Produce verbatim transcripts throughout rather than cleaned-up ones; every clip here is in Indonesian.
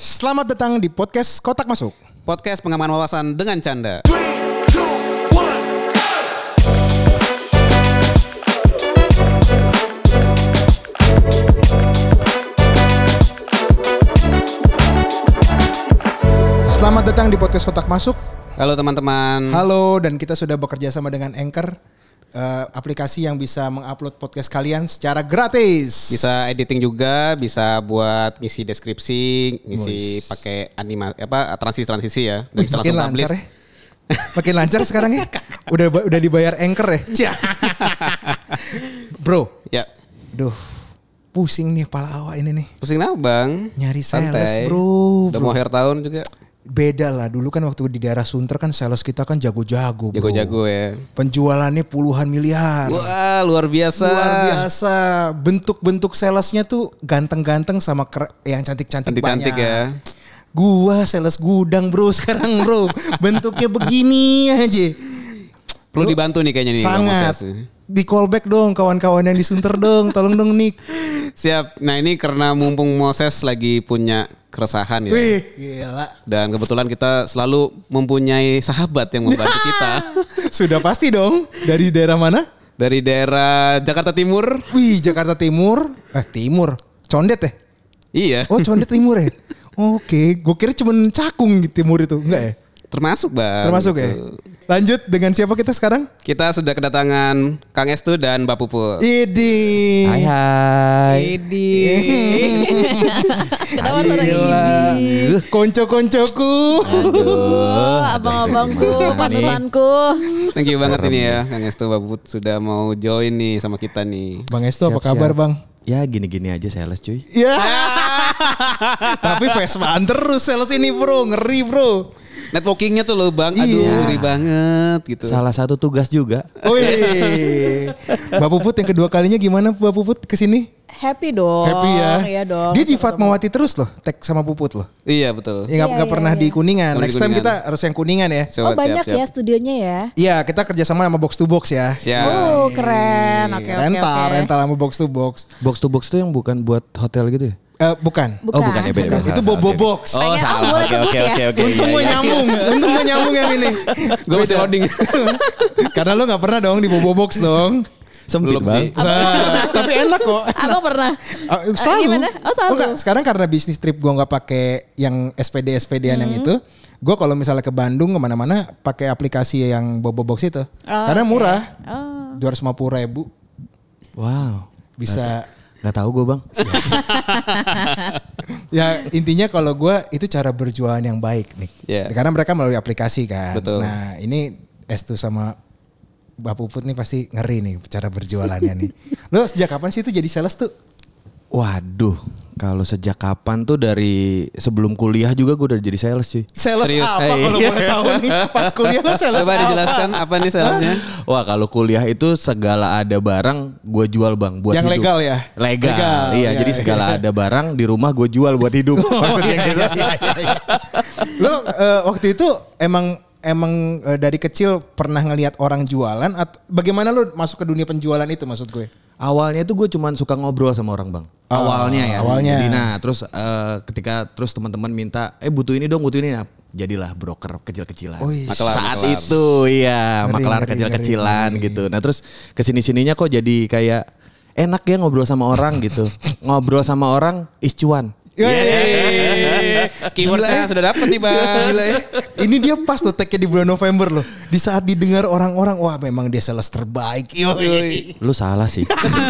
Selamat datang di podcast Kotak Masuk. Podcast pengaman wawasan dengan canda. Selamat datang di podcast Kotak Masuk. Halo teman-teman. Halo, dan kita sudah bekerja sama dengan Anchor, uh, aplikasi yang bisa mengupload podcast kalian secara gratis. Bisa editing juga, bisa buat ngisi deskripsi, ngisi pakai anima apa transisi-transisi ya. Dan Wih, bisa makin langsung lancar publish. ya. Makin lancar sekarang ya. Udah udah dibayar Anchor ya. Cia. Bro. Ya. Duh. Pusing nih kepala awak ini nih. Pusing apa bang? Nyari Santai. sales bro. Udah bro. mau akhir tahun juga. Beda lah, dulu kan waktu di daerah Sunter kan sales kita kan jago-jago bro. Jago-jago ya. Penjualannya puluhan miliar. Wah luar biasa. Luar biasa. Bentuk-bentuk salesnya tuh ganteng-ganteng sama ker- yang cantik-cantik Cantik-cantik banyak. ya. Gua sales gudang bro sekarang bro. Bentuknya begini aja. Perlu Lu dibantu nih kayaknya nih. Bang sangat. Moses. Di callback dong kawan-kawan yang di Sunter dong. Tolong dong Nick. Siap. Nah ini karena mumpung Moses lagi punya keresahan ya. Wih gila. Dan kebetulan kita selalu mempunyai sahabat yang membantu kita. Sudah pasti dong. Dari daerah mana? Dari daerah Jakarta Timur. Wih Jakarta Timur. Eh Timur. Condet ya? Iya. Oh Condet Timur ya? Oke. Gue kira cuma Cakung di Timur itu. Enggak ya? Termasuk bang. Termasuk ya? Gitu. Lanjut dengan siapa kita sekarang? Kita sudah kedatangan Kang Estu dan Mbak Puput. Idi. Hai hai. Idi. Kenapa tuh Gila. Konco-koncoku. Aduh, abang-abangku, panutanku. Thank you banget ini ya Kang Estu, Mbak Puput sudah mau join nih sama kita nih. Bang Estu apa Siap, kabar siap. bang? Ya gini-gini aja sales cuy. Ya. Tapi Vespan terus sales ini bro. Ngeri bro. Networkingnya tuh loh bang, aduh Iya. ngeri banget gitu. Salah satu tugas juga. Wih. Mbak Puput yang kedua kalinya gimana Mbak Puput kesini? Happy dong. Happy ya. Iya dong. Dia di Sama-sama. Fatmawati terus loh. Tag sama Puput loh. Iya betul. Ya gak, Iya, gak iya, pernah iya. di Kuningan. Kalau di Next time Kuningan. kita harus yang Kuningan ya. Coba, Oh banyak siap, siap. ya studionya ya. Iya kita kerjasama sama Box to Box ya. Siap. Oh keren. Oke oke rental, oke. rental sama Box to Box. Box to box tuh yang bukan buat hotel gitu ya? Eh bukan. Bukan. Oh bukan ya beda. Itu Bobo Box. Oh Pengen- salah. oh, boleh Oke, sebut oke, ya? oke, oke. Untung Iya, gue iya. nyambung, untung gue nyambung yang ini. Gue masih loading. Karena lo nggak pernah dong di Bobo Box dong. Sempit Belum bang. sih. Nah, tapi enak kok. Abang pernah? Ah, selalu. gimana? Oh, selalu. Enggak, sekarang karena bisnis trip gue nggak pakai yang S P D S P D-an yang itu. Gue kalau misalnya ke Bandung kemana-mana pakai aplikasi yang Bobo Box itu. Oh, Karena oke. murah, Oh. dua ratus lima puluh ribu Wow. bisa. Gak tahu gue bang. Ya intinya kalau gue itu cara berjualan yang baik nih. Iya. Karena mereka melalui aplikasi kan. Betul. Nah ini Estu sama Mbak Puput nih pasti ngeri nih cara berjualannya nih. Lo sejak kapan sih itu jadi sales tuh? Waduh. Kalau sejak kapan tuh dari sebelum kuliah juga gue udah jadi sales cuy. Sales Serius? apa Hey. kalau boleh tahu nih? Pas kuliah lo sales Coba apa? dijelaskan apa nih salesnya? Wah kalau kuliah itu segala ada barang gue jual bang buat Yang hidup. legal ya? Legal. Legal, Iya iya, jadi iya. segala ada barang di rumah gue jual buat hidup. Maksudnya gitu. Lo eh, waktu itu emang emang eh, dari kecil pernah ngelihat orang jualan atau bagaimana lo masuk ke dunia penjualan itu maksud gue? Awalnya tuh gue cuman suka ngobrol sama orang bang. Oh, awalnya ya. awalnya. Jadi nah terus eh, ketika terus teman-teman minta, eh butuh ini dong, butuh ini. Nah, jadilah broker kecil-kecilan. Oh, iya. Makelar, Saat makelar. itu iya, Ngeri, makelar ngeri, kecil-kecilan ngeri. gitu. Nah terus kesini-sininya kok jadi kayak enak ya ngobrol sama orang gitu. Ngobrol sama orang is cuan. Yeay. Gila ya. Keywordnya sudah dapat nih bang. Gila ya. Ini dia pas tuh tag-nya di bulan November loh. Di saat didengar orang-orang, wah memang dia sales terbaik. Yoi. Lu salah sih.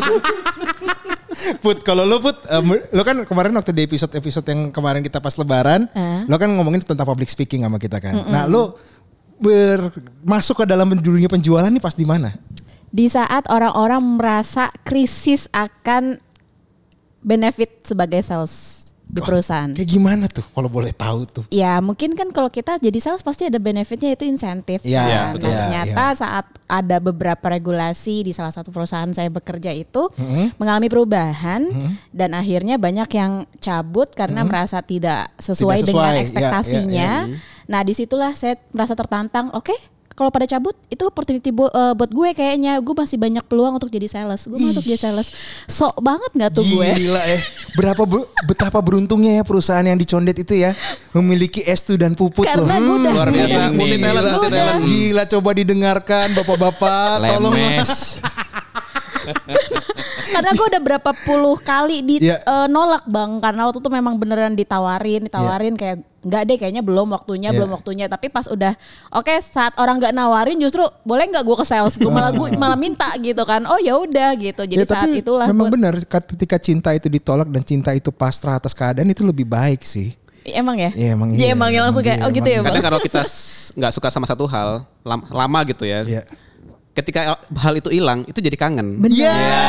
Put, kalau lo Put, um, lo kan kemarin waktu di episode-episode yang kemarin kita pas lebaran, Eh. lo kan ngomongin tentang public speaking sama kita kan. Nah lo ber, masuk ke dalam dunia penjualan nih pas di mana? Di saat orang-orang merasa krisis akan benefit sebagai sales di perusahaan. Kayak gimana tuh kalau boleh tahu tuh? Ya mungkin kan kalau kita jadi sales pasti ada benefitnya yaitu insentif. Iya, kan. iya, Nah, betul. ternyata Iya. saat ada beberapa regulasi di salah satu perusahaan saya bekerja itu Mm-hmm. mengalami perubahan dan akhirnya banyak yang cabut karena merasa tidak sesuai, Tidak sesuai, dengan iya, ekspektasinya. iya, Nah disitulah saya merasa tertantang. Oke, kalau pada cabut itu opportunity bu- uh, buat gue kayaknya. Gue masih banyak peluang untuk jadi sales. Gue masuk jadi sales. Sok banget nggak tuh gue? Gila eh. Berapa bu- betapa beruntungnya ya perusahaan yang dicondet itu ya memiliki Estu dan Puput loh. Karena gue udah Luar biasa, Iya. multi talent, Gila, multi talent. gila coba didengarkan bapak-bapak tolong. Lemes. Karena gue udah berapa puluh kali Iya. ditolak bang, karena waktu itu memang beneran ditawarin, ditawarin kayak nggak deh kayaknya belum waktunya, Iya. belum waktunya. Tapi pas udah oke saat orang nggak nawarin justru boleh nggak gue ke sales, gue malah gue malah minta gitu kan. Oh ya udah gitu. Jadi Ya, saat tapi itulah memang gua- benar ketika cinta itu ditolak dan cinta itu pasrah atas keadaan itu lebih baik sih. emang ya? Iya, emang Ya, iya, emang yang langsung emang kayak iya, oh gitu emang ya bang. Kadang kalau kita s- nggak suka sama satu hal lam- lama gitu ya. Iya. Ketika hal itu hilang, itu jadi kangen. Iya.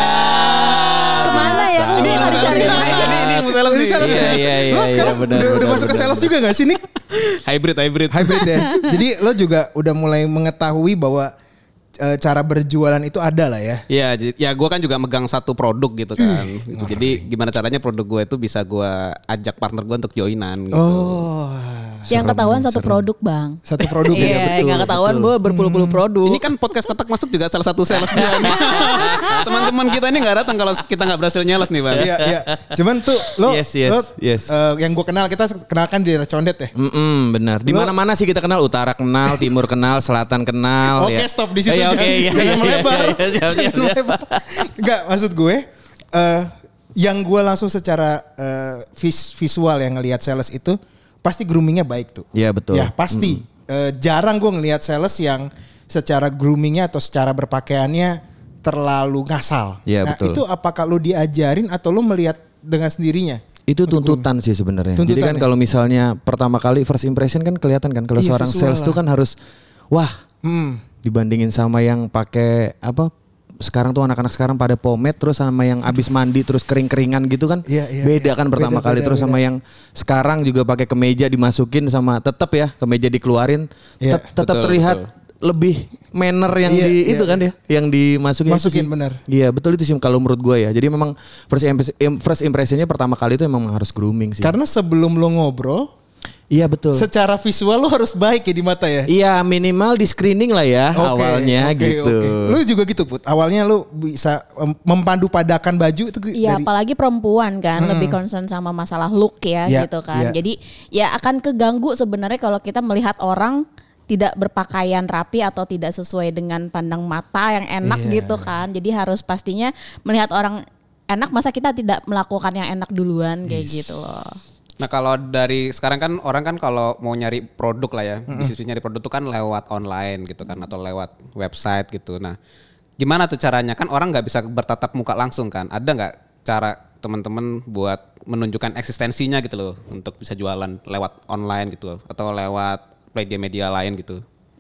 Kemana ya? Ini Ini langsung cari jadi- mana? ini ini mau sales Ini nih. sales ya? Iya, iya, Lo iya, sekarang benar, udah, udah benar, masuk ke benar, sales benar. juga gak sih Nick? Hybrid, hybrid. Hybrid ya. Jadi lo juga udah mulai mengetahui bahwa eh, cara berjualan itu ada lah ya. Iya, jadi- ya gue kan juga megang satu produk gitu kan. Gitu. Jadi gimana caranya produk gue itu bisa gue ajak partner gue untuk joinan gitu. Oh. Yang ketahuan satu produk bang. Satu produk ya. Iya, betul. nggak ketahuan gue berpuluh-puluh produk. Ini kan podcast kotak masuk juga salah satu sales gue nih. Teman-teman kita ini nggak datang kalau kita nggak berhasil nyales nih bang. Iya, iya. Cuman tuh lo, Yes, yes, lo yes. eh, yang gue kenal kita kenalkan di daerah Condet ya. Mm-mm, benar. Di mana-mana sih kita kenal, utara kenal, timur kenal, selatan kenal. Oke, ya. stop di situ. Eh, jangan, Oke, iya, jangan iya, melebar. iya, iya, siap, Jangan siap, siap. melebar. Enggak, maksud gue eh yang gue langsung secara eh, vis- visual yang ngelihat sales itu pasti groomingnya baik tuh. Iya, betul. Ya pasti. Eh, jarang gue ngelihat sales yang secara groomingnya atau secara berpakaiannya terlalu ngasal. Iya, Nah betul. itu apakah lu diajarin atau lu melihat dengan sendirinya? Itu tuntutan sih sebenarnya. Jadi Tuntutan kan ya? kalau misalnya pertama kali first impression kan kelihatan kan kalau Iya, seorang visual sales lah. tuh kan harus wah Hmm. dibandingin sama yang pakai apa sekarang tuh anak-anak sekarang pada pomade terus sama yang abis mandi terus kering-keringan gitu kan Iya, iya, beda iya. kan pertama Beda, kali beda, terus sama beda. yang sekarang juga pakai kemeja dimasukin sama tetap ya kemeja dikeluarin Iya, tetap tetap betul, terlihat betul. lebih manner yang Iya, di iya, itu kan ya yang dimasukin itu Masukin, sih. benar. Iya betul itu sih kalau menurut gue ya jadi memang first impres- im- first impressionnya pertama kali itu memang harus grooming sih. Karena sebelum lo ngobrol, Iya betul. secara visual lo harus baik ya di mata ya. Iya minimal di screening lah ya Oke, awalnya oke, gitu. oke. Lu juga gitu Put. Awalnya lu bisa em, mempandu padakan baju itu Iya, dari apalagi perempuan kan lebih concern sama masalah look ya Iya, gitu kan. iya. Jadi ya akan keganggu sebenarnya kalau kita melihat orang tidak berpakaian rapi atau tidak sesuai dengan pandang mata yang enak Iya. gitu kan. Jadi harus pastinya melihat orang enak masa kita tidak melakukan yang enak duluan kayak gitu loh. Nah kalau dari sekarang kan orang kan kalau mau nyari produk lah ya, bisnis nyari produk tuh kan lewat online gitu kan atau lewat website gitu. Nah gimana tuh caranya kan orang nggak bisa bertatap muka langsung kan? Ada nggak cara teman-teman buat menunjukkan eksistensinya gitu loh untuk bisa jualan lewat online gitu atau lewat media-media lain gitu?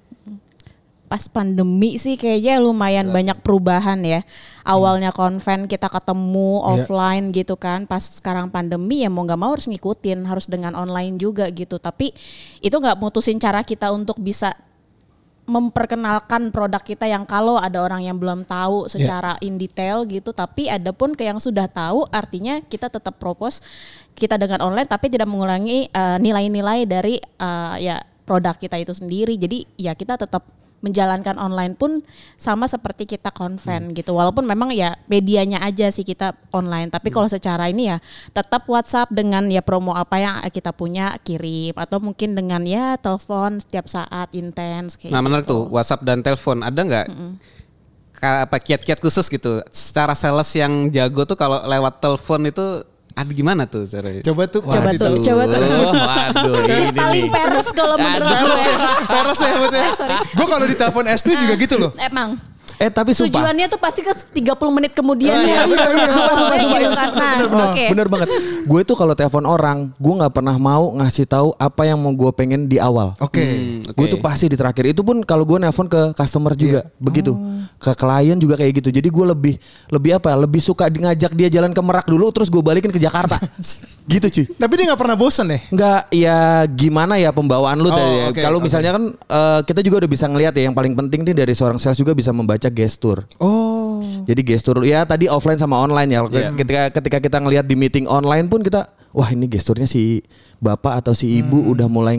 Pas pandemi sih kayaknya lumayan banyak perubahan ya. Awalnya konven kita ketemu offline gitu kan. Pas sekarang pandemi ya mau gak mau harus ngikutin. Harus dengan online juga gitu. Tapi itu gak mutusin cara kita untuk bisa memperkenalkan produk kita yang kalau ada orang yang belum tahu secara in detail gitu. Tapi ada pun ke yang sudah tahu artinya kita tetap propose kita dengan online tapi tidak mengulangi uh, nilai-nilai dari uh, ya produk kita itu sendiri. Jadi ya kita tetap menjalankan online pun sama seperti kita konven Hmm. gitu. Walaupun memang ya medianya aja sih kita online. Tapi kalau secara ini ya tetap WhatsApp dengan ya promo apa yang kita punya kirim. Atau mungkin dengan ya telepon setiap saat intens kayak Nah menarik gitu. tuh WhatsApp dan telepon ada nggak ka- apa kiat-kiat khusus gitu? Secara sales yang jago tuh kalau lewat telepon itu ada gimana tuh caranya? coba tuh Coba di tuh, sana. coba tuh. Oh, waduh Si ini paling nih. peres kalau menurut Peres gue. ya, peres ya Put ya. Gue kalau di telepon S tuh juga gitu loh. Emang. Eh tapi sumpah. Tujuannya tuh pasti ke tiga puluh menit kemudian Iya, ya. iya, iya. Sumpah, sumpah, sumpah. Iya, Karena, bener, bener, oke. bener banget. Gue tuh kalau telepon orang, gue nggak pernah mau ngasih tahu apa yang mau gue pengen di awal. Oke. Hmm, oke. Gue tuh pasti di terakhir. Itu pun kalau gue nelpon ke customer juga begitu, ke klien juga kayak gitu. Jadi gue lebih lebih apa? Lebih suka di- ngajak dia jalan ke Merak dulu, terus gue balikin ke Jakarta. Gitu cuy. Tapi dia nggak pernah bosan ya? Enggak, ya gimana ya pembawaan lu Oh, dari oke, kalau oke. misalnya kan eh, kita juga udah bisa ngelihat ya yang paling penting nih dari seorang sales juga bisa membaca gestur. Oh. Jadi gestur ya tadi offline sama online ya. Iya. Ketika ketika kita ngelihat di meeting online pun kita wah ini gesturnya si bapak atau si ibu udah mulai nggak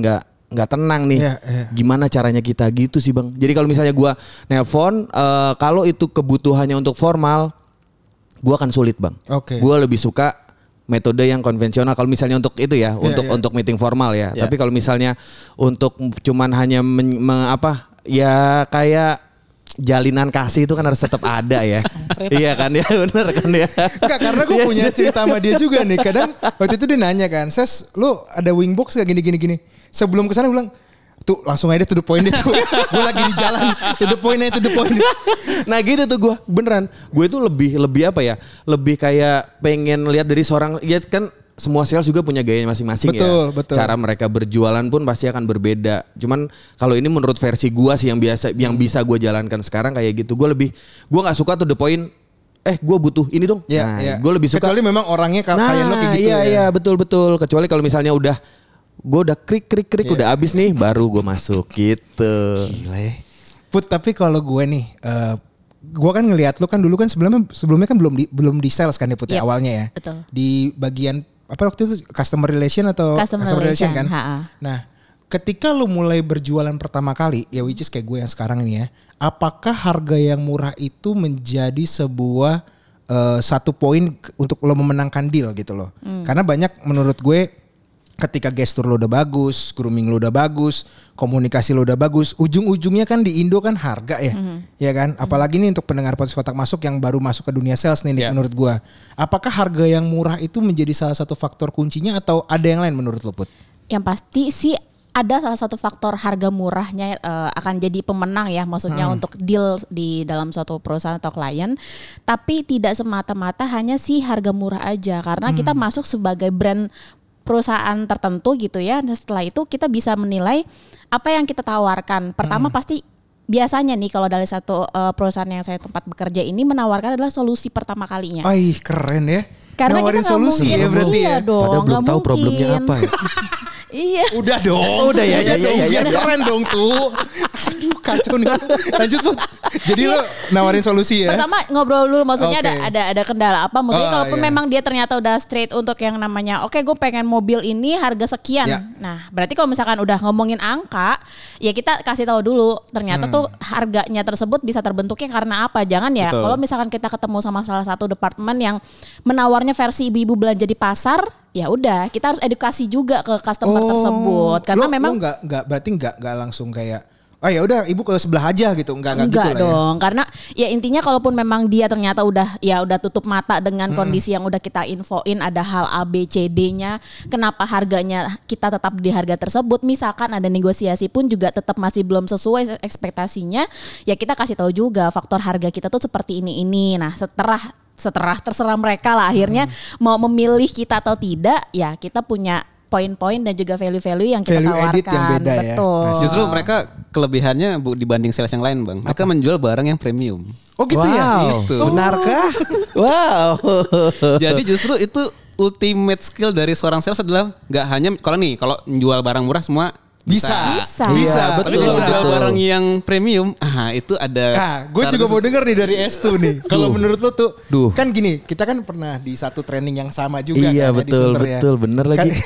nggak tenang nih. Iya, iya. Gimana caranya kita gitu sih Bang. Jadi kalau misalnya gue nelpon, uh, kalau itu kebutuhannya untuk formal, gue akan sulit Bang. Oke. Gue lebih suka metode yang konvensional. Kalau misalnya untuk itu ya, untuk iya. untuk meeting formal ya. Iya. Tapi kalau misalnya untuk cuman hanya men, me- apa ya kayak jalinan kasih itu kan harus tetap ada ya. Iya kan ya, bener kan ya. Enggak, karena gue punya cerita sama dia juga nih. Kadang waktu itu dia nanya kan, Ses, lu ada wingbox gak gini gini gini. Sebelum kesana gue bilang, tuh langsung aja to the point deh tuh. Gue lagi di jalan, to the point aja to the point. Nah gitu tuh gue, beneran. Gue tuh lebih lebih apa ya? Lebih kayak pengen lihat dari seorang, ya kan semua sales juga punya gayanya masing-masing Betul, ya. betul. Cara mereka berjualan pun pasti akan berbeda. Cuman kalau ini menurut versi gue sih yang biasa, yang bisa gue jalankan sekarang kayak gitu. Gue lebih, gue nggak suka tuh the point. Eh, gue butuh ini dong. Ya, nah, ya. gue lebih suka. Kecuali memang orangnya kayak Nah, lo kayak gitu iya, ya. iya betul betul. Kecuali kalau misalnya udah, gue udah krik krik krik Iya. udah abis nih, baru gue masuk gitu. Gila ya. Put, tapi kalau gue nih, uh, gue kan ngelihat lu kan dulu kan sebelumnya sebelumnya kan belum di, belum di sales kan ya Put ya, Yep, awalnya ya. betul. Di bagian apa waktu itu customer relation atau Customer relation, kan? ha-ha. Nah, ketika lu mulai berjualan pertama kali, ya which is kayak gue yang sekarang ini ya, apakah harga yang murah itu menjadi sebuah uh, satu poin k- untuk lo memenangkan deal gitu loh? Hmm. Karena banyak menurut gue ketika gestur lo udah bagus, grooming lo udah bagus, komunikasi lo udah bagus, ujung-ujungnya kan di Indo kan harga ya, ya kan? Apalagi nih untuk pendengar podcast kotak masuk yang baru masuk ke dunia sales nih, Nick, Yeah. menurut gua. Apakah harga yang murah itu menjadi salah satu faktor kuncinya atau ada yang lain menurut lo, Put? Yang pasti sih ada salah satu faktor harga murahnya eh, akan jadi pemenang ya, maksudnya untuk deal di dalam suatu perusahaan atau klien. Tapi tidak semata-mata hanya si harga murah aja, karena kita masuk sebagai brand perusahaan tertentu gitu ya. Nah, setelah itu kita bisa menilai apa yang kita tawarkan. Pertama pasti biasanya nih kalau dari satu uh, perusahaan yang saya tempat bekerja ini menawarkan adalah solusi pertama kalinya. Ay, keren ya. Karena Nawarin kita nggak solusi mungkin, ya berarti iya ya. dong, Padahal belum nggak tahu mungkin. problemnya apa ya. Iya. Udah dong. Udah ya, ya, ya, ya, Biar ya. keren dong tuh. Aduh, kacau nih. Lanjut, Put. Jadi lo nawarin solusi ya. Pertama ngobrol dulu, maksudnya Oke. ada ada ada kendala apa? Maksudnya Oh, kalaupun iya. memang dia ternyata udah straight untuk yang namanya, oke gue pengen mobil ini harga sekian. Ya. Nah berarti kalau misalkan udah ngomongin angka, ya kita kasih tahu dulu ternyata Hmm. tuh harganya tersebut bisa terbentuknya karena apa? Jangan ya Betul. kalau misalkan kita ketemu sama salah satu departemen yang menawarnya versi ibu-ibu belanja di pasar, ya udah kita harus edukasi juga ke customer tersebut karena lo, memang lo nggak nggak berarti nggak nggak langsung kayak oh ya udah ibu ke sebelah aja gitu, nggak nggak gitu enggak lah ya. dong, karena ya intinya kalaupun memang dia ternyata udah ya udah tutup mata dengan kondisi yang udah kita infoin, ada hal A B C D-nya, kenapa harganya kita tetap di harga tersebut, misalkan ada negosiasi pun juga tetap masih belum sesuai ekspektasinya, ya kita kasih tahu juga faktor harga kita tuh seperti ini ini. Nah, setelah setelah terserah mereka lah akhirnya mau memilih kita atau tidak, ya kita punya poin-poin dan juga value-value yang kita Value tawarkan. added yang beda ya. Betul. Pasti. Justru mereka kelebihannya Bu dibanding sales yang lain Bang. Mereka menjual barang yang premium. Oh gitu wow. ya. Gitu. Benarkah? Wow. Jadi justru itu ultimate skill dari seorang sales adalah nggak hanya kalau nih kalau menjual barang murah semua Bisa. Bisa. Bisa. Iya, Tapi betul. kalau jual Betul. barang yang premium, ah itu ada. Nah, gue cara juga mau khusus. denger nih dari Estu nih. Kalau menurut lo tuh, Duh. kan gini, kita kan pernah di satu training yang sama juga Iya, kan ya, di betul, Sunter ya. betul, bener Kan- lagi.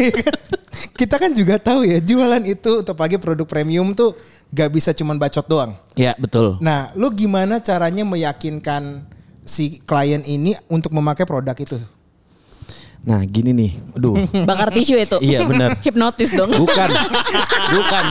kita kan juga tahu ya, jualan itu untuk pagi produk premium tuh gak bisa cuman bacot doang. Ya betul. Nah, lo gimana caranya meyakinkan si klien ini untuk memakai produk itu? Nah gini nih, aduh. Bakar tisu itu. Iya, benar. Hipnotis dong. Bukan, bukan.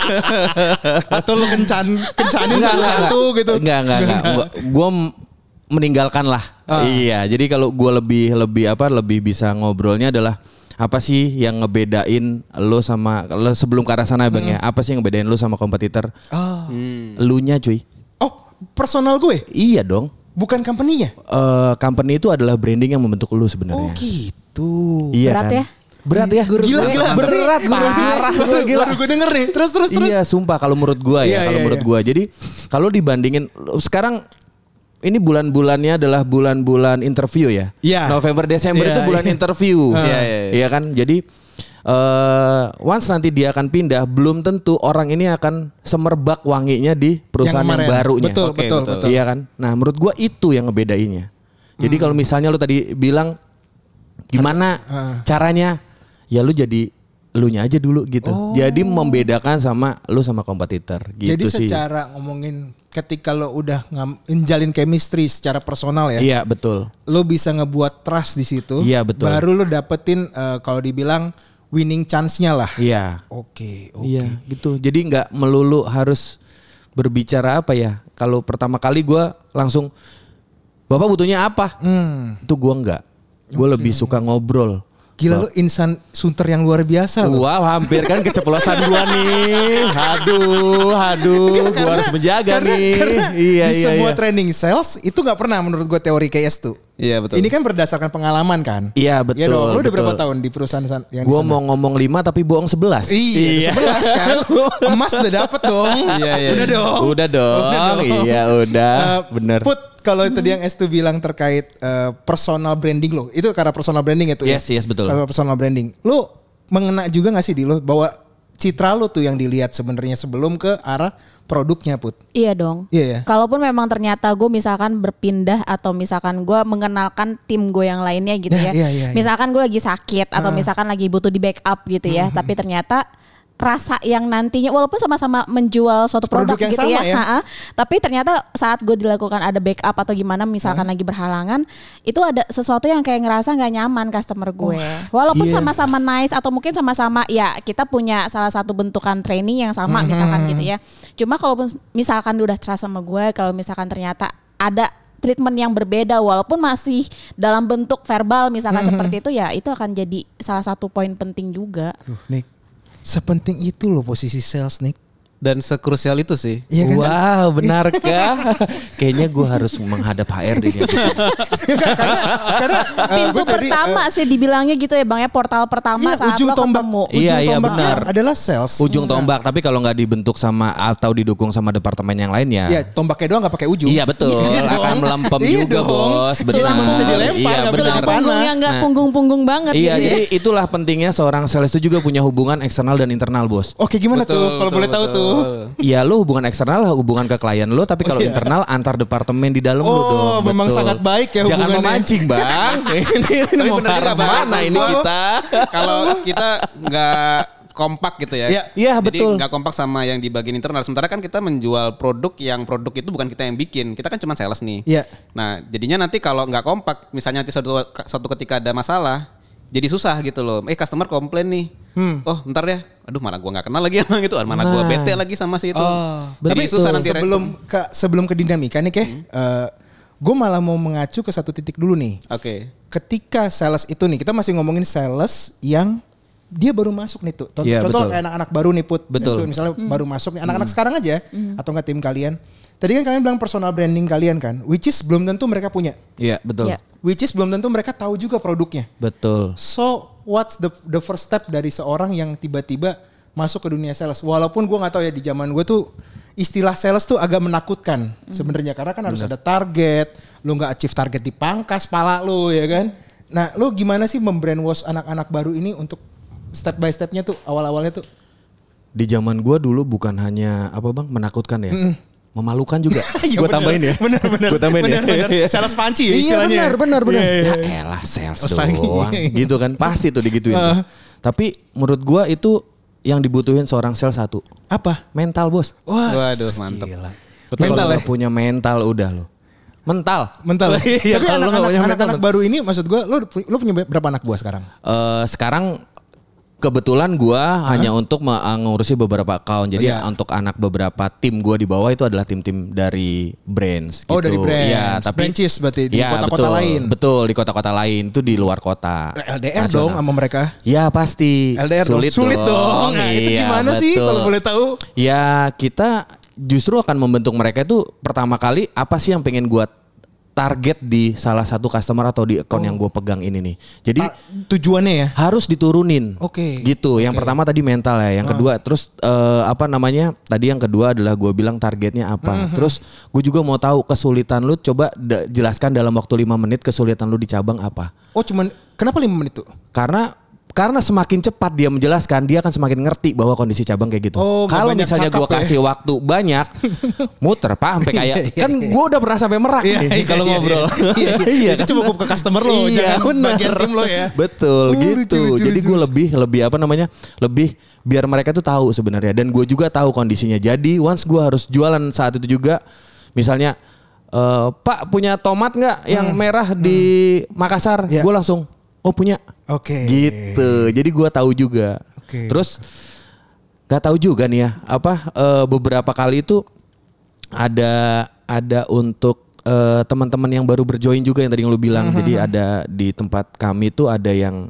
Atau lo kencan kencanin Enggak, enggak, satu-satu enggak. gitu? Enggak, enggak, enggak. Gue meninggalkan lah. Ah. Iya, jadi kalau gue lebih lebih apa lebih bisa ngobrolnya adalah apa sih yang ngebedain lo sama lo sebelum ke arah sana Bang ya? Apa sih yang ngebedain lo sama kompetitor? Oh, Lunya cuy. oh personal gue, Iya dong. bukan company-nya? Eh company itu adalah branding yang membentuk lo Oh sebenarnya. gitu. Iya Berat kan? ya? Berat ya? Gila, gila. Berat Ini parah. baru, Gila. baru gue denger nih. Terus, terus, terus. Iya, sumpah kalau menurut gua Iya, ya, kalau iya, menurut iya. gua. Jadi kalau dibandingin sekarang ini bulan-bulannya adalah bulan-bulan interview ya. Iya. November Desember Iya, itu bulan iya. interview. Iya, iya, iya. Iya kan? Jadi eh once nanti dia akan pindah, belum tentu orang ini akan semerbak wanginya di perusahaan yang, kemarin. barunya. Betul, Oke, betul, betul. betul. Iya kan? Nah, menurut gua itu yang ngebedainnya. Jadi kalau misalnya lu tadi bilang gimana Ah. caranya? Ya lu jadi elunya aja dulu gitu. Oh. Jadi membedakan sama lu sama kompetitor gitu Jadi sih. secara ngomongin ketika lo udah ngam- njalin chemistry secara personal ya. Iya betul. Lo bisa ngebuat trust di situ. Iya, betul. Baru lo dapetin uh, kalau dibilang winning chance-nya lah. Iya. Oke, oke. Iya gitu. Jadi nggak melulu harus berbicara apa ya. Kalau pertama kali gue langsung, Bapak butuhnya apa? Hmm. Itu gue nggak. Gue lebih suka ngobrol. Gila lo insan sunter yang luar biasa lo. Wow, hampir kan keceplosan gua nih. Aduh, aduh, gua harus menjaga karena, nih. Karena iya, di iya, semua iya. training sales itu nggak pernah menurut gue teori K S tuh. Iya betul. Ini kan berdasarkan pengalaman kan. Iya, betul, Iya dong. Lo udah betul. berapa tahun di perusahaan san- yang Gua di sana? mau ngomong lima tapi bohong sebelas. Iya, sebelas kan. Emas udah dapet dong. Iya, iya. Udah dong. Udah dong. Udah dong. Iya, udah. Eh, Bener. Put, kalau tadi yang S tuh bilang terkait eh, personal branding lo, itu karena personal branding itu Yes, ya? yes, betul. Karena personal branding. Lo mengena juga gak sih di lo bahwa citra lo tuh yang dilihat sebenarnya sebelum ke arah produknya Put? Iya dong. Iya ya? Kalaupun memang ternyata gue misalkan berpindah atau misalkan gue mengenalkan tim gue yang lainnya gitu Ya, ya. iya, iya, iya. Misalkan gue lagi sakit atau misalkan lagi butuh di backup gitu ya. Hmm. Tapi ternyata rasa yang nantinya walaupun sama-sama menjual suatu produk, Produk yang gitu sama ya, ya. ha-ha, tapi ternyata saat gue dilakukan ada backup atau gimana misalkan lagi berhalangan, itu ada sesuatu yang kayak ngerasa nggak nyaman customer gue. Walaupun iya. sama-sama nice atau mungkin sama-sama ya kita punya salah satu bentukan training yang sama misalkan gitu ya. Cuma kalaupun misalkan udah trust sama gue, kalau misalkan ternyata ada treatment yang berbeda walaupun masih dalam bentuk verbal misalkan seperti itu, ya itu akan jadi salah satu poin penting juga. Tuh, Nick. Sepenting itu loh posisi sales, Nick. Dan sekrusial itu sih. Iya kan? Wow, benarkah? Kayaknya gue harus menghadap H R D nya. Karena eh, Pintu gue tadi, pertama eh, sih dibilangnya gitu ya Bang ya, portal pertama iya, saat ujung lo tombak, ketemu. ujung Iya, iya, tombaknya benar. adalah sales. Ujung tombak, tapi kalau nggak dibentuk sama atau didukung sama departemen yang lain ya. Iya, tombaknya doang gak pakai ujung. Iya betul, Iya akan dong. melempem Iya juga dong. bos. Itu cuma bisa dilempar, Iya nggak bisa benar. dipanah. Punggungnya nggak Nah. punggung-punggung banget Iya, gitu ya. jadi itulah pentingnya seorang sales itu juga punya hubungan eksternal dan internal bos. Oke, gimana Betul, tuh kalau betul, boleh tahu betul. tuh? Iya lo hubungan eksternal lah hubungan ke klien lo, tapi kalau iya. internal antar departemen di dalam lo Oh, dong. memang Betul. sangat baik ya Jangan hubungannya. memancing bang. ini ini mau bener juga, arah Bang. mana ini Gua- kita? Kalau kita nggak kompak gitu ya. Iya. Iya, Jadi betul. nggak kompak sama yang di bagian internal. Sementara kan kita menjual produk yang produk itu bukan kita yang bikin. Kita kan cuma sales nih. Iya. Nah jadinya nanti kalau nggak kompak, misalnya nanti suatu, suatu ketika ada masalah, jadi susah gitu loh. Eh customer komplain nih. Oh ntar ya. Aduh mana gua nggak kenal lagi sama gitu. Mana gua Nah. bete lagi sama si itu. Oh, Jadi tapi susah nanti sebelum respon. ke sebelum ke dinamika nih Keh, eh, gue malah mau mengacu ke satu titik dulu nih. Oke. Ketika sales itu nih, kita masih ngomongin sales yang dia baru masuk nih tuh. Contoh, Iya, contoh betul. kayak anak-anak baru nih Put. Betul. Restu, misalnya baru masuk nih, anak-anak sekarang aja atau enggak tim kalian. Tadi kan kalian bilang personal branding kalian kan, which is belum tentu mereka punya. Iya betul. Iya. Which is belum tentu mereka tahu juga produknya. Betul. So, what's the the first step dari seorang yang tiba-tiba masuk ke dunia sales? Walaupun gue nggak tahu ya di zaman gue tuh istilah sales tuh agak menakutkan sebenarnya karena kan harus ada target. Lu nggak achieve target dipangkas pala lu ya kan. Nah, lu gimana sih membrainwash anak-anak baru ini untuk step by stepnya tuh awal-awalnya tuh? Di zaman gua dulu bukan hanya apa bang menakutkan ya, memalukan juga. Iya, Gue bener. tambahin ya. Bener, bener. Gue tambahin Bener, ya. bener. Sales panci ya Iya istilahnya. benar benar benar. Iya, iya, Ya elah sales Astaga. doang. Gitu kan pasti tuh digituin. tuh. Uh. Tapi menurut gua itu yang dibutuhin seorang sales satu, Apa? mental bos. Wah, Waduh, mantep. gila. Betul, Mental kalau ya? nggak punya mental udah lo. Mental. Mental. Iya, Tapi kalau lu nggak anak-anak punya mental, anak-anak baru ini maksud gue, lu lu punya berapa anak buah sekarang? Eh, sekarang kebetulan gua hanya untuk mengurusi beberapa account. Jadi Oh, iya. untuk anak beberapa tim gua di bawah itu adalah tim-tim dari brands Oh, gitu. dari brands. Iya, tapi Branches berarti di Iya, kota-kota betul, lain. Betul, di kota-kota lain itu di luar kota. L D R Nasional. dong sama mereka. Ya pasti. L D R sulit dong. Sulit dong. Nah, itu Iya, gimana sih betul. kalau boleh tahu? Ya kita justru akan membentuk mereka itu pertama kali apa sih yang pengen gua target di salah satu customer atau di account yang gue pegang ini nih. Jadi Ah, tujuannya ya? harus diturunin. Oke. Gitu. Yang Oke. pertama tadi mental ya. Yang kedua terus eh, apa namanya? Tadi yang kedua adalah gue bilang targetnya apa. Terus gue juga mau tahu kesulitan lu. Coba da- jelaskan dalam waktu lima menit kesulitan lu di cabang apa. Oh cuman kenapa lima menit tuh? Karena karena semakin cepat dia menjelaskan, dia akan semakin ngerti bahwa kondisi cabang kayak gitu. Oh, nggak kalau banyak misalnya cakap gue kasih ya. waktu banyak, muter pak sampai kayak Iya, iya, kan iya. gue udah pernah sampai merak Iya, nih iya, kalau iya, ngobrol. iya, iya. Itu cuma ke customer lo, Iya, jangan bener. bagian tim lo ya. Betul Oh, gitu. lucu, lucu, Jadi lucu, gue lucu. lebih lebih apa namanya? Lebih biar mereka tuh tahu sebenarnya, dan gue juga tahu kondisinya. Jadi once gue harus jualan saat itu juga, misalnya eh, Pak punya tomat nggak yang merah di Makassar? Iya. Gue langsung oh punya. Oke. Gitu. Jadi gue tahu juga. Oke. Terus nggak tahu juga nih ya apa eh, beberapa kali itu ada ada untuk eh, teman-teman yang baru berjoin juga yang tadi yang lu bilang. Jadi ada di tempat kami tuh ada yang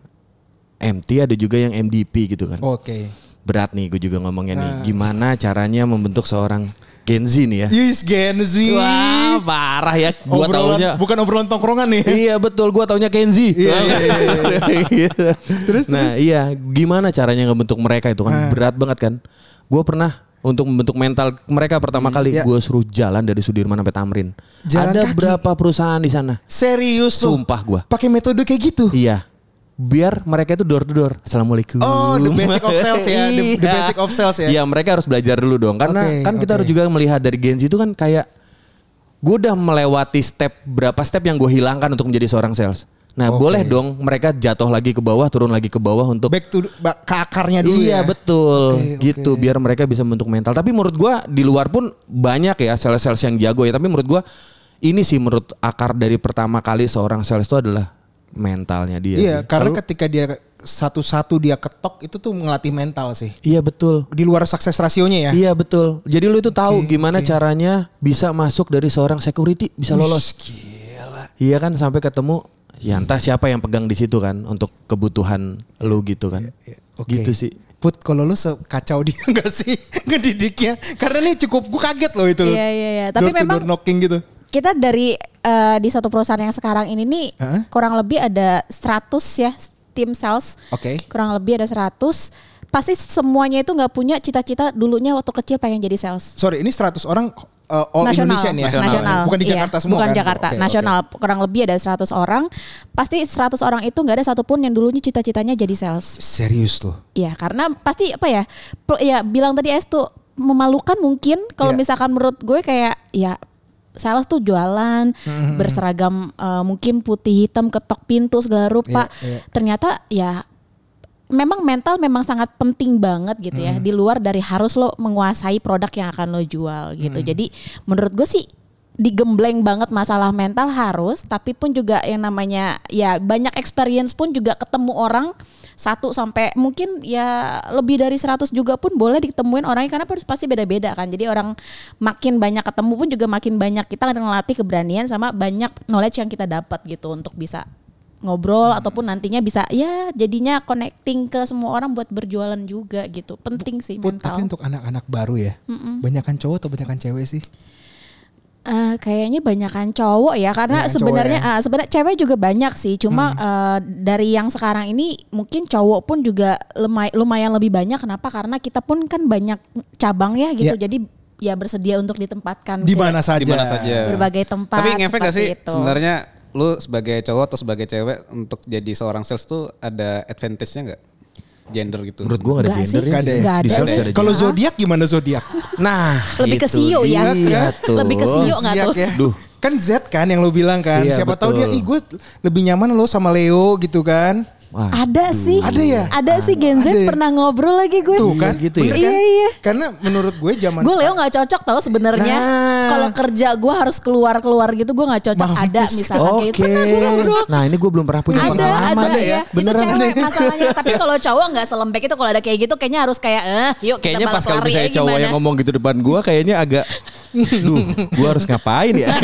M T, ada juga yang M D P gitu kan. Oke. Berat nih gue juga ngomongnya nih. Gimana caranya membentuk seorang Gen Z nih ya. Yes, Gen Z. Wah parah ya. Gua Obrolan, taunya. bukan obrolan tongkrongan nih. Iya betul, gue taunya Kenzi. Iya, iya, iya, terus, nah iya, gimana caranya ngebentuk mereka itu kan Ah. berat banget kan. Gue pernah untuk membentuk mental mereka pertama kali, Iya. gue suruh jalan dari Sudirman sampai Tamrin. Jalan Ada kaki. berapa perusahaan di sana? Serius tuh. Sumpah gue. Pakai metode kayak gitu. Iya. Biar mereka itu door to door. Assalamualaikum. Oh, the basic of sales ya. The, the Iya. basic of sales ya. Iya, mereka harus belajar dulu dong. Karena Oke, kan kita oke. harus juga melihat dari Gen Z itu kan kayak gue udah melewati step berapa step yang gue hilangkan untuk menjadi seorang sales. Nah, Oke. boleh dong mereka jatuh lagi ke bawah, turun lagi ke bawah untuk Back to ba- ke akarnya dulu iya ya. betul Oke, gitu oke. biar mereka bisa membentuk mental. Tapi menurut gue di luar pun banyak ya sales-sales yang jago ya. Tapi menurut gue ini sih menurut akar dari pertama kali seorang sales itu adalah mentalnya dia. Iya, sih. karena Kalau- ketika dia satu-satu dia ketok itu tuh ngelatih mental sih. iya betul. Di luar sukses rasionya ya. Iya betul. Jadi lu itu tahu Oke, gimana oke. caranya bisa masuk dari seorang security bisa lolos. Gila. Iya kan sampai ketemu ya entah siapa yang pegang di situ kan untuk kebutuhan lu gitu kan. Iya, oke. Gitu sih. Put, kalau lu sekacau dia enggak sih ngedidiknya? Karena ini cukup gue kaget loh itu. Iya, iya, iya. Tapi Door to memang door knocking gitu. kita dari eh, di suatu perusahaan yang sekarang ini nih Hah? kurang lebih ada seratus ya tim sales. Oke. Kurang lebih ada seratus. Pasti semuanya itu nggak punya cita-cita dulunya waktu kecil pengen jadi sales. Sorry, ini seratus orang uh, all nasional, Indonesian ya? nasional. Bukan di Iya, Jakarta semua bukan kan? Jakarta, Oke, nasional. Kurang lebih ada seratus orang. Pasti seratus orang itu nggak ada satupun yang dulunya cita-citanya jadi sales. Serius loh. Iya, karena pasti apa ya? Pro- Ya bilang tadi Es tuh memalukan mungkin kalau Iya. misalkan menurut gue kayak ya sales tuh jualan berseragam eh, mungkin putih hitam ketok pintu segala rupa. Iya, iya. Ternyata ya memang mental memang sangat penting banget gitu ya. Di luar dari harus lo menguasai produk yang akan lo jual gitu. Jadi menurut gue sih digembleng banget masalah mental harus, tapi pun juga yang namanya ya banyak experience pun juga ketemu orang satu sampai mungkin ya lebih dari seratus juga pun boleh ditemuin orangnya karena pasti beda-beda kan. Jadi orang makin banyak ketemu pun juga makin banyak kita ngelatih keberanian sama banyak knowledge yang kita dapat gitu untuk bisa ngobrol ataupun nantinya bisa ya jadinya connecting ke semua orang buat berjualan juga gitu. Penting sih Put, mental. tapi untuk anak-anak baru ya, banyakan cowok atau banyakan cewek sih? Eh, kayaknya banyakan cowok ya karena Banyakan sebenarnya cowok ya. eh, sebenarnya cewek juga banyak sih cuma eh, dari yang sekarang ini mungkin cowok pun juga lemay- lumayan lebih banyak. Kenapa? Karena kita pun kan banyak cabang ya gitu, Ya. jadi ya bersedia untuk ditempatkan Di ke mana saja? Di mana saja. berbagai tempat. Tapi ngefek gak seperti sih itu. sebenarnya lu sebagai cowok atau sebagai cewek untuk jadi seorang sales tuh ada advantage-nya gak? Gender gitu. Menurut gue gak ada Nggak gender sih. ya. Nggak ada ya? Nggak Di ada sales sih. nggak ada Kalau gender. zodiak gimana zodiak? Nah, Lebih ke itu Sio ya. dia tuh. Lebih ke Sio nggak Zodiak tuh? ya. Duh. Kan Z kan yang lo bilang kan. Iya, Siapa tahu betul. dia, ih gue lebih nyaman lo sama Leo gitu kan. Wah, Ada sih. Ada ya? Ada sih Gen Z Ada ya? pernah ngobrol lagi gue. Tuh Iya, kan. gitu ya? Bener Iya, kan? iya. Karena menurut gue zaman Gue Leo sekarang- nggak cocok tau sebenarnya. Nah. Kalau kerja gue harus keluar keluar gitu gue nggak cocok. Mampus. Ada misalkan kayak gitu. Oke. Pernah gue ngobrol. Nah ini gue belum pernah punya Ada, pengalaman. ada, Ada ya. ya? Itu Beneran cewek ada. masalahnya. Tapi kalau cowok nggak selembek itu kalau ada kayak gitu kayaknya harus kayak eh yuk kita Kayaknya balas pas kalau lari misalnya ya cowok gimana. yang ngomong gitu depan gue kayaknya agak duh gue harus ngapain ya.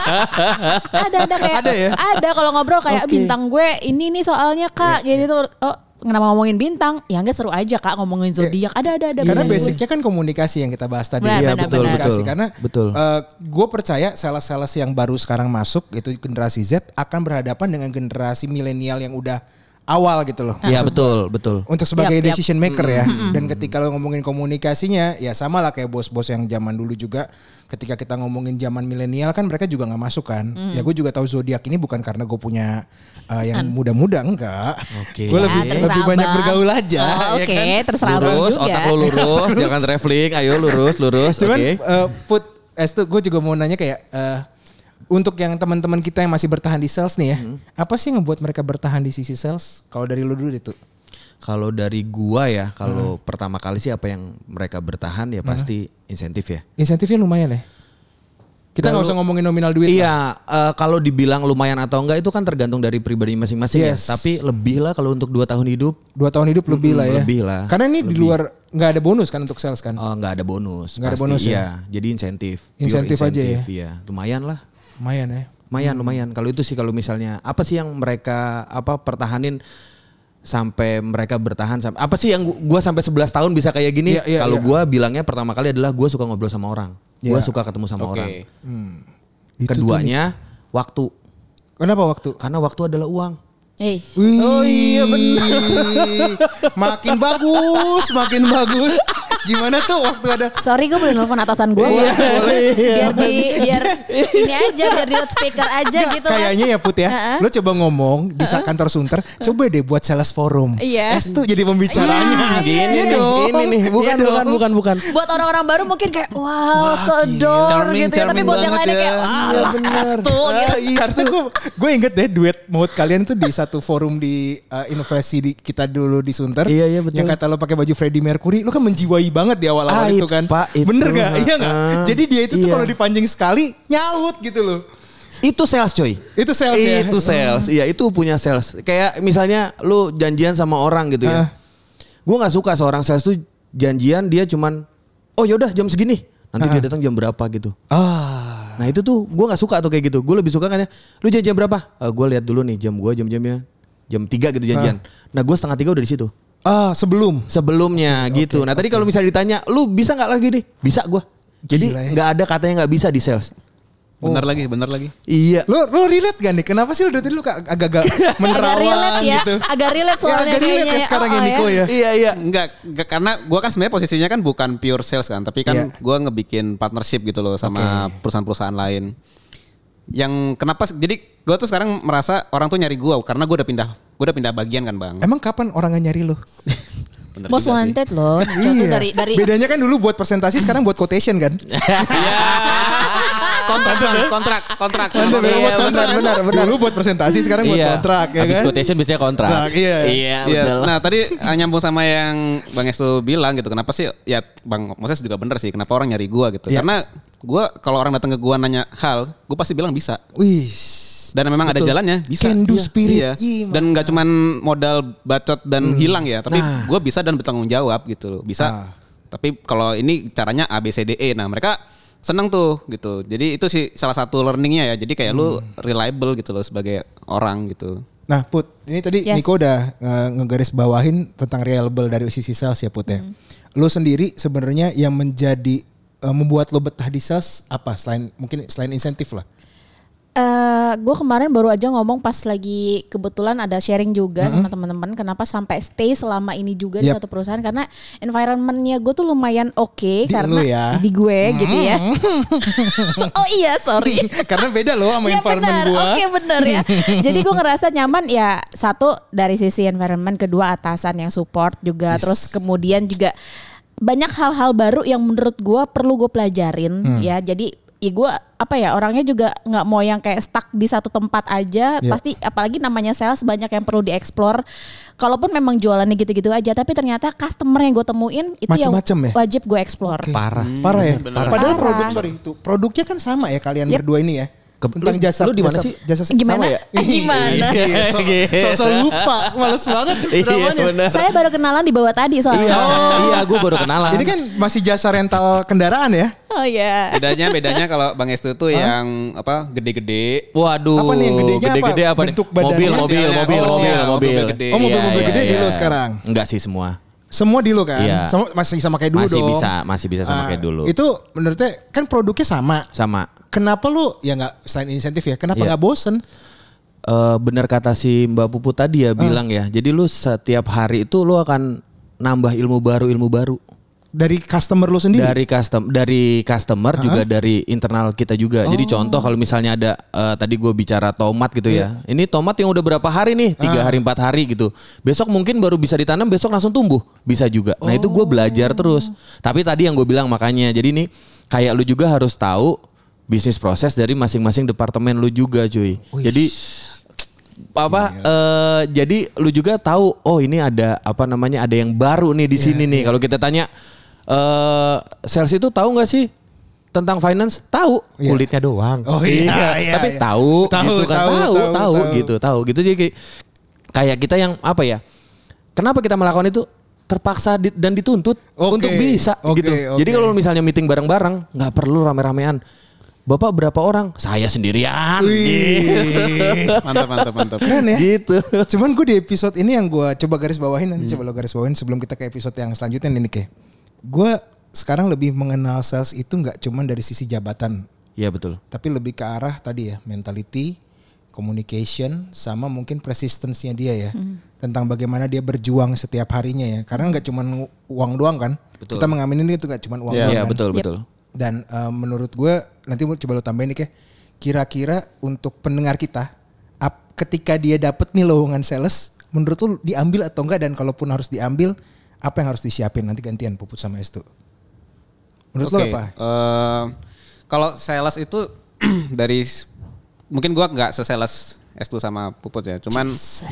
Ada ada kayak Ada ya? ada kalau ngobrol kayak Oke. bintang gue ini nih soalnya kak gitu tuh. Oh kenapa ngomongin bintang? Ya enggak seru aja kak ngomongin zodiak. Ada ada ada. Karena bener. basicnya kan komunikasi yang kita bahas tadi. Benar, Iya, benar, betul, benar. Komunikasi. betul. Karena Betul. gue percaya sales-sales yang baru sekarang masuk itu generasi Z akan berhadapan dengan generasi milenial yang udah awal gitu loh. Iya Maksud betul, gua. betul. Untuk sebagai Yap, yap. decision maker ya. Dan ketika lo ngomongin komunikasinya ya sama lah kayak bos-bos yang zaman dulu juga. Ketika kita ngomongin zaman milenial kan mereka juga gak masuk kan. Ya gue juga tahu zodiak ini bukan karena gue punya uh, yang muda-muda enggak. Oke. Gue Ya, lebih terserah, lebih banyak Bang. bergaul aja. Oh, ya Oke, kan? terserah Bang Lurus, juga. otak lo lurus, jangan traveling. Ayo lurus, lurus. Cuman Oke. uh, Put, Estu gue juga mau nanya kayak uh, untuk yang teman-teman kita yang masih bertahan di sales nih ya, Hmm. apa sih yang ngebuat mereka bertahan di sisi sales? Kalau dari lu dulu itu. Kalau dari gua ya, kalau pertama kali sih apa yang mereka bertahan ya pasti insentif ya. Insentifnya lumayan ya. Kita nggak Lalu- usah ngomongin nominal duit. lah. Iya, eh, kalau dibilang lumayan atau enggak itu kan tergantung dari pribadi masing-masing Yes. ya. Tapi lebih lah kalau untuk dua tahun hidup, Dua tahun hidup lebih Mm-mm, lah ya. lebih lah. Karena ini di luar nggak ada bonus kan untuk sales kan. oh, nggak ada bonus. Nggak ada pasti, bonus ya? Iya, jadi insentif. Pure Insentif aja ya? Iya, lumayan lah. Lumayan ya. Lumayan, lumayan. Kalau itu sih kalau misalnya apa sih yang mereka apa pertahanin sampai mereka bertahan sampai apa sih yang gu- gua sampai sebelas tahun bisa kayak gini? Iya, iya, Kalau iya. gua bilangnya pertama kali adalah gua suka ngobrol sama orang. Gua Iya. suka ketemu sama Oke. orang. Itu Keduanya waktu. tuh, kenapa waktu? Karena waktu adalah uang. Eh, Wih, oh iya benar. Makin bagus, makin bagus. Gimana tuh waktu ada? sorry gue boleh nelfon atasan gue Iya, boleh. biar di biar ini aja biar di loudspeaker aja Nggak, gitu kan. kayaknya ya Put ya. Uh-uh. Lo coba ngomong di saat kantor Sunter, coba deh buat sales forum. Iya. Es tuh jadi pembicaranya. Iya, Iya Gini nih, dong. ini nih, bukan, Iya bukan, dong. bukan, bukan. Buat orang-orang baru mungkin kayak wow, Wah, sedor Charming, gitu ya. Tapi charming buat yang banget lainnya ya. kayak wah Iya lah benar. tuh gitu. Karena gue gue inget deh duet maut kalian tuh di satu forum di uh, inovasi di kita dulu di Sunter. Iya, iya, betul. Yang kata lo pakai baju Freddie Mercury, lo kan menjiwai banget di awal-awal Ah, itu kan. Pak, itu. Bener gak? Iya gak? Ah, Jadi dia itu tuh iya. kalau dipanjang sekali nyaut gitu loh. Itu sales coy. Itu sales ya? Itu sales. Iya, itu punya sales. Kayak misalnya lu janjian sama orang gitu Ah. ya. Gue nggak suka seorang sales tuh janjian dia cuman oh yaudah jam segini. Nanti dia datang jam berapa gitu. Ah. Nah itu tuh gue nggak suka tuh kayak gitu. Gue lebih suka kan ya. Lu janjian berapa? gue lihat dulu nih jam gue jam-jamnya jam tiga gitu janjian. Nah gue setengah tiga udah di situ. Ah, sebelum. Sebelumnya gitu. oke, Nah tadi oke. kalau misalnya ditanya, lu bisa nggak lagi nih? Bisa gue. Jadi Gila ya. nggak ada katanya nggak bisa di sales. Bener lagi, bener lagi. Iya. Lo lo relate gak nih? Kenapa sih lo dari dulu kak- agak-agak Agak menerawang relate ya. gitu? Agak relate Ya, soalnya agak relate ya kayaknya. sekarang Oh, ya oh, Niko ya. Iya iya. Enggak, enggak karena gua kan sebenarnya posisinya kan bukan pure sales kan, tapi kan Iya. gua ngebikin partnership gitu loh sama perusahaan-perusahaan lain. Yang kenapa jadi gua tuh sekarang merasa orang tuh nyari gua karena gua udah pindah, gua udah pindah bagian kan, Bang. Emang kapan orang nggak nyari lo? Bener Most juga sih. wanted loh. Contoh dari dari Bedanya kan dulu buat presentasi, sekarang buat quotation kan? Kontrak, Bang, kontrak, kontrak. Bener, bener, buat Iya, kontrak kan? benar, benar. Dulu buat presentasi, sekarang buat kontrak ya Habis kan? quotation biasanya kontrak. Nah, iya. Iya, Iya, betul. nah tadi uh, nyambung sama yang Bang Estu bilang gitu. Kenapa sih ya Bang Moses juga bener sih. Kenapa orang nyari gua gitu? Iya. Karena gua kalau orang datang ke gua nanya hal, gua pasti bilang bisa. Wih. Dan memang ada jalannya, bisa. Can do Iya. spirit. Iya. Ih, Dan nggak cuman modal bacot dan hilang ya, tapi Nah. gua bisa dan bertanggung jawab gitu loh. Bisa. Ah. Tapi kalau ini caranya A B C D E. Nah, mereka seneng tuh gitu. Jadi itu sih salah satu learningnya ya. Jadi kayak lu reliable gitu loh sebagai orang gitu. Nah Put, ini tadi Yes. Niko udah uh, ngegaris bawahin tentang reliable dari sisi sales ya Put ya. Lo sendiri sebenarnya yang menjadi uh, membuat lo betah di sales apa selain mungkin selain insentif lah. Eh, gue kemarin baru aja ngomong pas lagi kebetulan ada sharing juga sama teman-teman kenapa sampai stay selama ini juga di Yep. satu perusahaan karena environmentnya gue tuh lumayan oke Di karena lu ya? di gue gitu ya. Oh iya sorry. Karena beda loh sama Ya environment benar, gua. oke bener ya. Jadi gue ngerasa nyaman ya satu dari sisi environment, kedua atasan yang support juga, Yes. terus kemudian juga banyak hal-hal baru yang menurut gue perlu gue pelajarin ya. Jadi ya gue apa ya orangnya juga nggak mau yang kayak stuck di satu tempat aja. Ya. Pasti apalagi namanya sales banyak yang perlu dieksplor. Kalaupun memang jualannya gitu-gitu aja, tapi ternyata customer yang gue temuin itu yang Macem-macem ya? wajib gue eksplor. Oke. Parah. Parah ya. bener. Padahal Parah. produk sorry itu produknya kan sama ya kalian Yep. berdua ini ya. Ke- Tentang lu- jasa lu di mana jasa- sih? Jasa Gimana? sama ya? Eh, gimana? Iya, so, so, so lupa, males banget Iya namanya. benar. Saya baru kenalan di bawah tadi soalnya. Iya, iya gue baru kenalan. Ini kan masih jasa rental kendaraan ya? Oh iya. Bedanya bedanya kalau Bang Estu tuh yang apa gede-gede. Waduh. Apa nih yang gedenya apa? Gede-gede apa? nih? Bentuk badannya? Mobil, mobil, Hasilnya. mobil, Oh, mobil, iya, mobil. mobil gede. Oh, mobil-mobil Iya, gede iya, di lo iya. sekarang? Enggak sih semua. Semua di lo kan? Iya. Sama, masih sama kayak dulu Masih dong? bisa, masih bisa sama Ah, kayak dulu. Itu menurutnya kan produknya sama. Sama. Kenapa lu ya nggak selain insentif ya? Kenapa Iya. nggak bosen? uh, benar kata si Mbak Puput tadi ya uh. bilang ya. Jadi lu setiap hari itu lu akan nambah ilmu baru ilmu baru. Dari customer lu sendiri? Dari custom, dari customer uh-huh. juga dari internal kita juga. Oh. Jadi contoh kalau misalnya ada uh, tadi gue bicara tomat gitu yeah. ya. Ini tomat yang udah berapa hari nih? Tiga uh. hari, empat hari gitu. Besok mungkin baru bisa ditanam, besok langsung tumbuh. Bisa juga. Oh. Nah itu gue belajar terus. Tapi tadi yang gue bilang makanya. Jadi nih kayak lu juga harus tahu bisnis proses dari masing-masing departemen lu juga cuy. Uish. Jadi apa uh, jadi lu juga tahu oh ini ada apa namanya ada yang baru nih di yeah, sini nih. Yeah. Kalau kita tanya Uh, sales itu tahu nggak sih tentang finance? Tahu, yeah. kulitnya doang. Oh iya, iya, iya tapi iya. tahu, tahu, gitu kan? tahu, Tahu, tahu, tahu, tahu, gitu, tahu, gitu. Jadi kayak kita yang apa ya? Kenapa kita melakukan itu? Terpaksa di, dan dituntut okay. untuk bisa, okay, gitu. Okay. Jadi kalau misalnya meeting bareng-bareng, nggak perlu rame-ramean. Bapak berapa orang? Saya sendirian. Wih. Mantap, mantap, mantap. Keren ya? Gitu. Cuman gue di episode ini yang gue coba garis bawahin nanti hmm. coba lo garis bawahin sebelum kita ke episode yang selanjutnya nih Nick. Gue sekarang lebih mengenal sales itu nggak cuma dari sisi jabatan. Iya betul. Tapi lebih ke arah tadi ya mentality, communication, sama mungkin persistence-nya dia ya. Hmm. Tentang bagaimana dia berjuang setiap harinya ya. Karena nggak cuma uang doang kan. Betul. Kita mengaminin itu nggak cuma uang yeah, doang yeah, kan. Betul yep. betul. Dan uh, menurut gue nanti coba lo tambahin nih kayak kira-kira untuk pendengar kita, ap, ketika dia dapet nih lowongan sales, menurut lo diambil atau enggak dan kalaupun harus diambil apa yang harus disiapin nanti gantian Puput sama Estu. Menurut okay. lo apa? Uh, kalau sales itu dari mungkin gua nggak se-sales Estu sama Puput ya. Cuman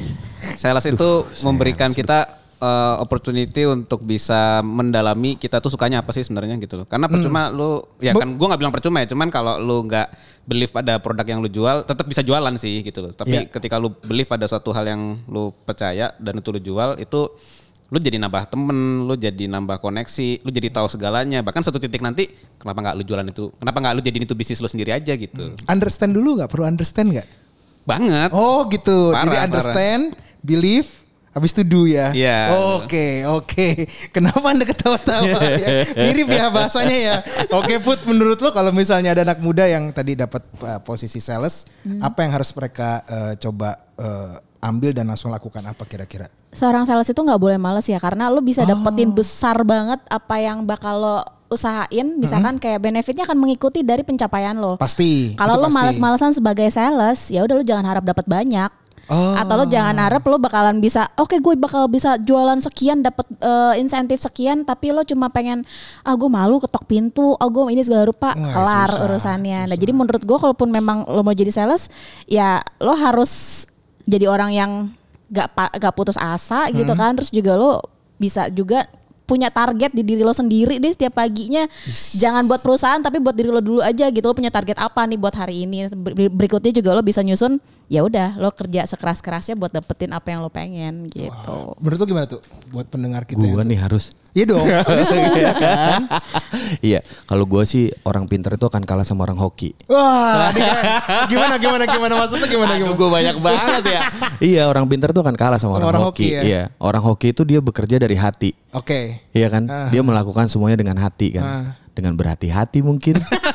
sales itu Duh, memberikan kita uh, opportunity untuk bisa mendalami kita tuh sukanya apa sih sebenarnya gitu loh. Karena percuma hmm. lu ya kan gua nggak bilang percuma ya. Cuman kalau lu nggak believe pada produk yang lu jual, tetap bisa jualan sih gitu loh. Tapi yeah. ketika lu believe pada suatu hal yang lu percaya dan itu lu jual itu lu jadi nambah temen, lu jadi nambah koneksi, lu jadi tahu segalanya. Bahkan suatu titik nanti, kenapa nggak lu jualan itu? Kenapa nggak lu jadiin itu bisnis lu sendiri aja gitu? Understand dulu nggak? Perlu understand nggak? Banget. Oh gitu. Parah, jadi understand, parah. believe, habis itu do ya. Iya. Oke, oke. Kenapa Anda ketawa-tawa ya? Mirip ya bahasanya ya. Oke Put, menurut lo kalau misalnya ada anak muda yang tadi dapat uh, posisi sales, hmm. apa yang harus mereka uh, coba uh, ambil dan langsung lakukan apa kira-kira? Seorang sales itu nggak boleh males ya, karena lo bisa dapetin oh. besar banget apa yang bakal lo usahain. Misalkan mm-hmm. kayak benefitnya akan mengikuti dari pencapaian lo. Pasti. Kalau lo males-malesan sebagai sales, ya udah lo jangan harap dapat banyak. Oh. Atau lo jangan harap lo bakalan bisa, oke okay, gue bakal bisa jualan sekian, dapat uh, insentif sekian, tapi lo cuma pengen, ah gue malu ketok pintu, ah gue ini segala rupa, wah, kelar susah, urusannya. Susah. Nah jadi menurut gue kalaupun memang lo mau jadi sales, ya lo harus jadi orang yang gak, gak putus asa hmm. gitu kan. Terus juga lo bisa juga punya target di diri lo sendiri deh setiap paginya. Yes. Jangan buat perusahaan tapi buat diri lo dulu aja gitu. Lo punya target apa nih buat hari ini. Berikutnya juga lo bisa nyusun, ya udah lo kerja sekeras-kerasnya buat dapetin apa yang lo pengen gitu. Wow. Menurut lo gimana tuh buat pendengar kita? Gue nih harus. Iya dong. Iya kan? Iya, kalau gue sih orang pintar itu akan kalah sama orang hoki. Wah, gimana gimana gimana maksudnya gimana gimana? Gue banyak banget ya. Iya, orang pintar itu akan kalah sama orang, orang hoki. hoki ya? Iya, orang hoki itu dia bekerja dari hati. Oke. Okay. Iya kan? Uh. Dia melakukan semuanya dengan hati kan. Uh. Dengan berhati-hati mungkin.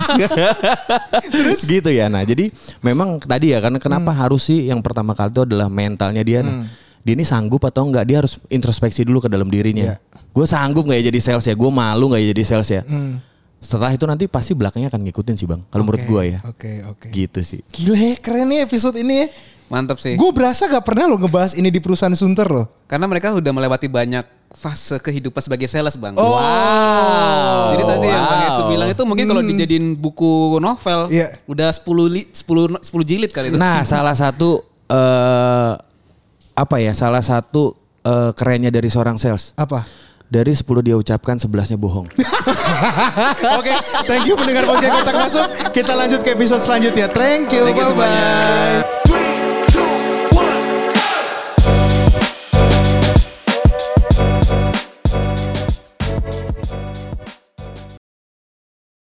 Terus gitu ya. Nah, jadi memang tadi ya kan kenapa hmm. harus sih yang pertama kali itu adalah mentalnya dia. Hmm. Nah, dia ini sanggup atau enggak, dia harus introspeksi dulu ke dalam dirinya. Yeah. Gue sanggup gak ya jadi sales ya, gue malu gak ya jadi sales ya. Hmm. Setelah itu nanti pasti belakangnya akan ngikutin sih bang. Kalau okay. menurut gue ya. Oke okay, oke. Okay. Gitu sih. Gila keren nih episode ini ya. Mantap sih. Gue berasa gak pernah lo ngebahas ini di perusahaan Sunter lo. Karena mereka udah melewati banyak fase kehidupan sebagai sales bang. Oh. Wow. Jadi tadi wow. yang Bang Estu bilang itu mungkin hmm. kalau dijadiin buku novel. Yeah. Udah sepuluh, li, sepuluh, sepuluh jilid kali itu. Nah salah satu uh, apa ya salah satu uh, kerennya dari seorang sales. Apa? Dari sepuluh dia ucapkan, sebelasnya bohong. Oke, okay, thank you pendengar podcast Kotak Masuk. Kita lanjut ke episode selanjutnya. Thank you, thank you bye-bye.